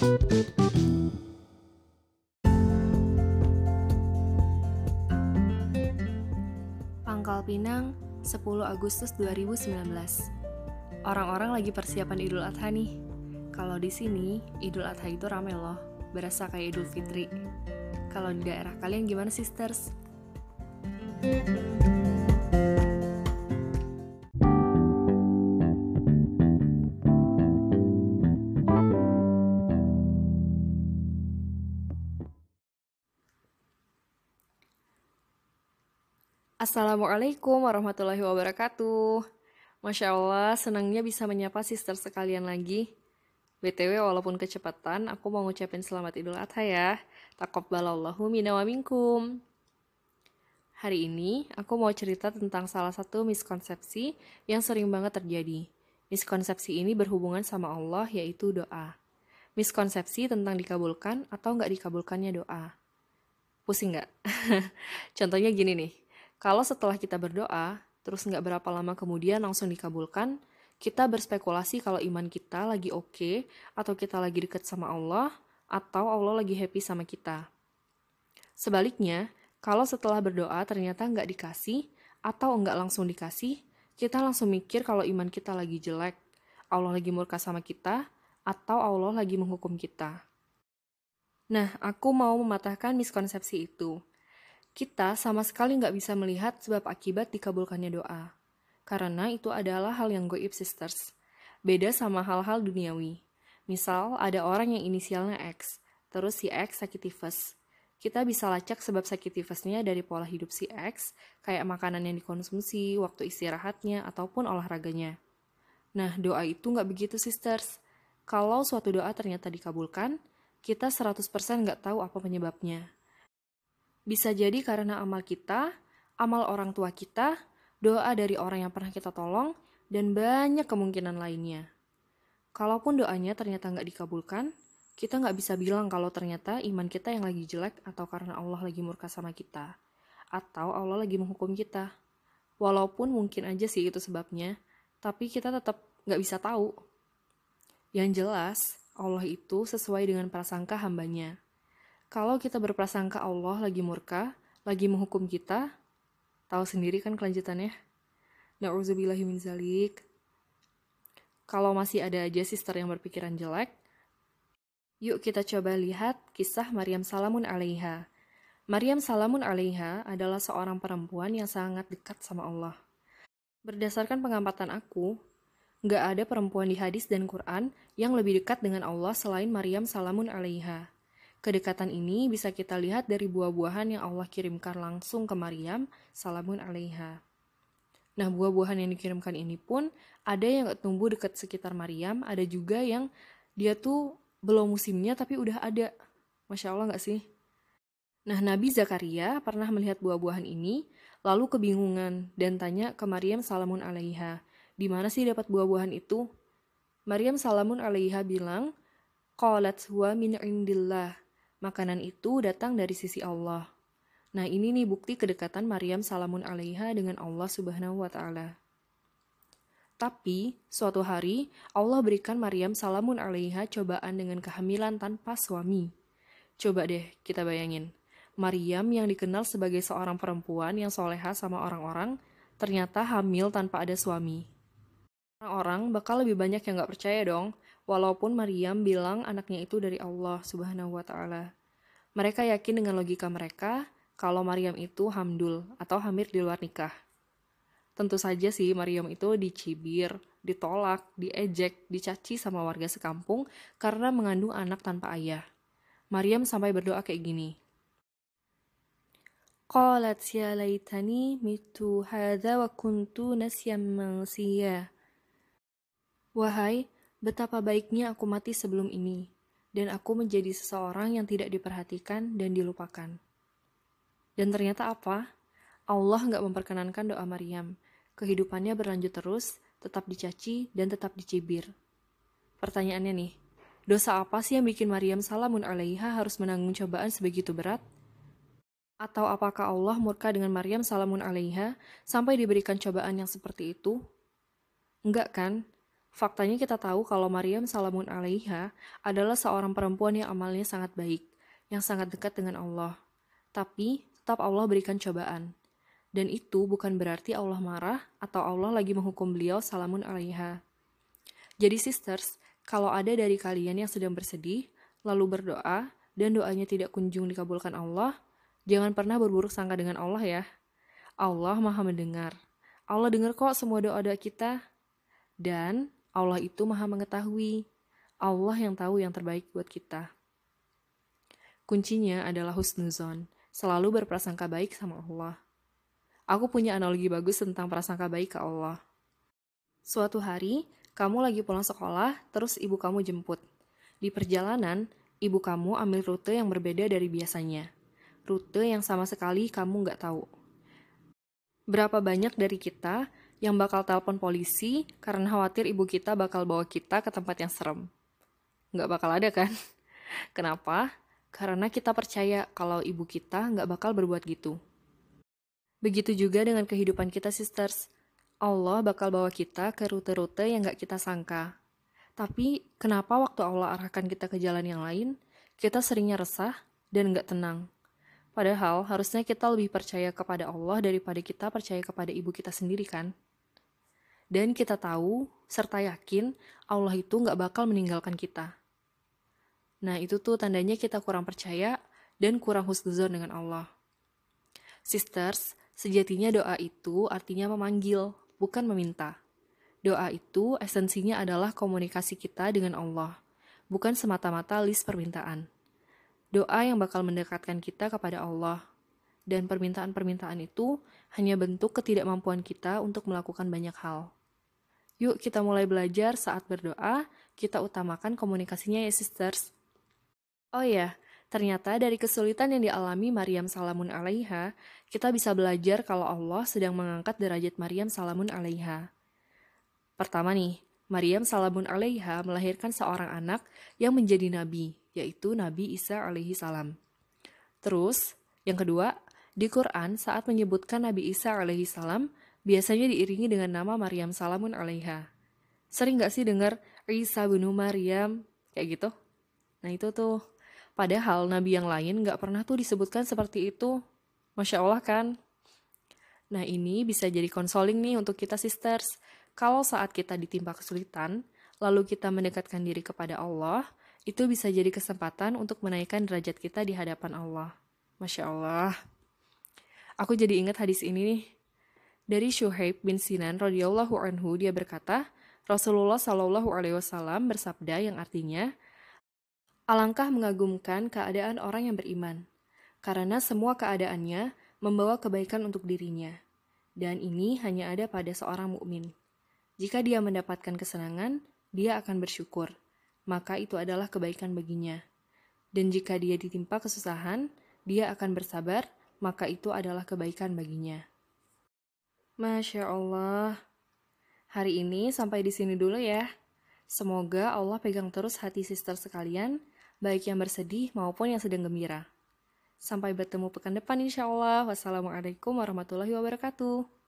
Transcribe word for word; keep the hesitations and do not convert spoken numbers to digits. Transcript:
Pangkal Pinang, sepuluh Agustus dua ribu sembilan belas. Orang-orang lagi persiapan Idul Adha nih. Kalau di sini, Idul Adha itu rame loh, berasa kayak Idul Fitri. Kalau di daerah kalian gimana, sisters? Assalamualaikum warahmatullahi wabarakatuh. Masya Allah, senangnya bisa menyapa sister sekalian lagi. B T W walaupun kecepatan, aku mau ngucapin selamat Idul Adha ya. Taqabbalallahu minna wa minkum. Hari ini, aku mau cerita tentang salah satu miskonsepsi yang sering banget terjadi. Miskonsepsi ini berhubungan sama Allah, yaitu doa. Miskonsepsi tentang dikabulkan atau nggak dikabulkannya doa. Pusing nggak? Contohnya gini nih. Kalau setelah kita berdoa, terus nggak berapa lama kemudian langsung dikabulkan, kita berspekulasi kalau iman kita lagi oke, atau kita lagi deket sama Allah, atau Allah lagi happy sama kita. Sebaliknya, kalau setelah berdoa ternyata nggak dikasih, atau nggak langsung dikasih, kita langsung mikir kalau iman kita lagi jelek, Allah lagi murka sama kita, atau Allah lagi menghukum kita. Nah, aku mau mematahkan miskonsepsi itu. Kita sama sekali nggak bisa melihat sebab akibat dikabulkannya doa. Karena itu adalah hal yang goib, sisters. Beda sama hal-hal duniawi. Misal, ada orang yang inisialnya X, terus si X sakit tifus. Kita bisa lacak sebab sakit tifusnya dari pola hidup si X, kayak makanan yang dikonsumsi, waktu istirahatnya, ataupun olahraganya. Nah, doa itu nggak begitu, sisters. Kalau suatu doa ternyata dikabulkan, kita seratus persen nggak tahu apa penyebabnya. Bisa jadi karena amal kita, amal orang tua kita, doa dari orang yang pernah kita tolong, dan banyak kemungkinan lainnya. Kalaupun doanya ternyata nggak dikabulkan, kita nggak bisa bilang kalau ternyata iman kita yang lagi jelek atau karena Allah lagi murka sama kita, atau Allah lagi menghukum kita. Walaupun mungkin aja sih itu sebabnya, tapi kita tetap nggak bisa tahu. Yang jelas, Allah itu sesuai dengan prasangka hambanya. Kalau kita berprasangka Allah lagi murka, lagi menghukum kita, tahu sendiri kan kelanjutannya? Na'udzubillahi min zalik. Kalau masih ada aja sister yang berpikiran jelek, yuk kita coba lihat kisah Maryam salamun alaiha. Maryam salamun alaiha adalah seorang perempuan yang sangat dekat sama Allah. Berdasarkan pengamatan aku, nggak ada perempuan di hadis dan Quran yang lebih dekat dengan Allah selain Maryam salamun alaiha. Kedekatan ini bisa kita lihat dari buah-buahan yang Allah kirimkan langsung ke Maryam salamun alaiha. Nah, buah-buahan yang dikirimkan ini pun ada yang gak tumbuh dekat sekitar Maryam, ada juga yang dia tuh belum musimnya tapi udah ada. Masya Allah gak sih? Nah, Nabi Zakaria pernah melihat buah-buahan ini, lalu kebingungan dan tanya ke Maryam salamun alaiha, di mana sih dapat buah-buahan itu? Maryam salamun alaiha bilang, qalat huwa min indillah. Makanan itu datang dari sisi Allah. Nah, ini nih bukti kedekatan Maryam salamun alaiha dengan Allah subhanahu wa ta'ala. Tapi, suatu hari, Allah berikan Maryam salamun alaiha cobaan dengan kehamilan tanpa suami. Coba deh kita bayangin. Maryam yang dikenal sebagai seorang perempuan yang soleha sama orang-orang, ternyata hamil tanpa ada suami. Orang-orang bakal lebih banyak yang gak percaya dong, walaupun Maryam bilang anaknya itu dari Allah subhanahu wa ta'ala. Mereka yakin dengan logika mereka kalau Maryam itu hamdul atau hamil di luar nikah. Tentu saja sih Maryam itu dicibir, ditolak, diejek, dicaci sama warga sekampung karena mengandung anak tanpa ayah. Maryam sampai berdoa kayak gini. Qalat ya laitani mitu hadza wa kuntu nasyan mansiya. Wahai, betapa baiknya aku mati sebelum ini, dan aku menjadi seseorang yang tidak diperhatikan dan dilupakan. Dan ternyata apa? Allah nggak memperkenankan doa Maryam. Kehidupannya berlanjut terus, tetap dicaci, dan tetap dicibir. Pertanyaannya nih, dosa apa sih yang bikin Maryam salamun alaiha harus menanggung cobaan sebegitu berat? Atau apakah Allah murka dengan Maryam salamun alaiha sampai diberikan cobaan yang seperti itu? Enggak kan? Faktanya kita tahu kalau Maryam salamun alaiha adalah seorang perempuan yang amalnya sangat baik, yang sangat dekat dengan Allah. Tapi tetap Allah berikan cobaan. Dan itu bukan berarti Allah marah atau Allah lagi menghukum beliau salamun alaiha. Jadi sisters, kalau ada dari kalian yang sedang bersedih, lalu berdoa, dan doanya tidak kunjung dikabulkan Allah, jangan pernah berburuk sangka dengan Allah ya. Allah maha mendengar. Allah dengar kok semua doa-doa kita. Dan Allah itu maha mengetahui. Allah yang tahu yang terbaik buat kita. Kuncinya adalah husnuzon, selalu berprasangka baik sama Allah. Aku punya analogi bagus tentang prasangka baik ke Allah. Suatu hari, kamu lagi pulang sekolah, terus ibu kamu jemput. Di perjalanan, ibu kamu ambil rute yang berbeda dari biasanya. Rute yang sama sekali kamu nggak tahu. Berapa banyak dari kita yang bakal telepon polisi karena khawatir ibu kita bakal bawa kita ke tempat yang serem? Nggak bakal ada kan? Kenapa? Karena kita percaya kalau ibu kita nggak bakal berbuat gitu. Begitu juga dengan kehidupan kita, sisters. Allah bakal bawa kita ke rute-rute yang nggak kita sangka. Tapi kenapa waktu Allah arahkan kita ke jalan yang lain, kita seringnya resah dan nggak tenang? Padahal harusnya kita lebih percaya kepada Allah daripada kita percaya kepada ibu kita sendiri kan? Dan kita tahu, serta yakin, Allah itu nggak bakal meninggalkan kita. Nah itu tuh tandanya kita kurang percaya dan kurang husnuzon dengan Allah. Sisters, sejatinya doa itu artinya memanggil, bukan meminta. Doa itu esensinya adalah komunikasi kita dengan Allah, bukan semata-mata list permintaan. Doa yang bakal mendekatkan kita kepada Allah. Dan permintaan-permintaan itu hanya bentuk ketidakmampuan kita untuk melakukan banyak hal. Yuk kita mulai belajar saat berdoa, kita utamakan komunikasinya ya sisters. Oh ya, ternyata dari kesulitan yang dialami Maryam salamun alaiha, kita bisa belajar kalau Allah sedang mengangkat derajat Maryam salamun alaiha. Pertama nih, Maryam salamun alaiha melahirkan seorang anak yang menjadi nabi, yaitu Nabi Isa alaihi salam. Terus, yang kedua, di Quran saat menyebutkan Nabi Isa alaihi salam, biasanya diiringi dengan nama Maryam salamun alaiha. Sering gak sih dengar Isa bin Maryam kayak gitu? Nah itu tuh, padahal Nabi yang lain gak pernah tuh disebutkan seperti itu. Masya Allah kan? Nah ini bisa jadi consoling nih untuk kita sisters. Kalau saat kita ditimpa kesulitan, lalu kita mendekatkan diri kepada Allah, itu bisa jadi kesempatan untuk menaikkan derajat kita di hadapan Allah. Masya Allah. Aku jadi ingat hadis ini nih. Dari Syuhaib bin Sinan radhiyallahu anhu, dia berkata, Rasulullah shallallahu alaihi wasallam bersabda yang artinya, alangkah mengagumkan keadaan orang yang beriman, karena semua keadaannya membawa kebaikan untuk dirinya. Dan ini hanya ada pada seorang mukmin. Jika dia mendapatkan kesenangan, dia akan bersyukur, maka itu adalah kebaikan baginya. Dan jika dia ditimpa kesusahan, dia akan bersabar, maka itu adalah kebaikan baginya. Masya Allah. Hari ini sampai di sini dulu ya. Semoga Allah pegang terus hati sister sekalian, baik yang bersedih maupun yang sedang gembira. Sampai bertemu pekan depan insya Allah. Wassalamualaikum warahmatullahi wabarakatuh.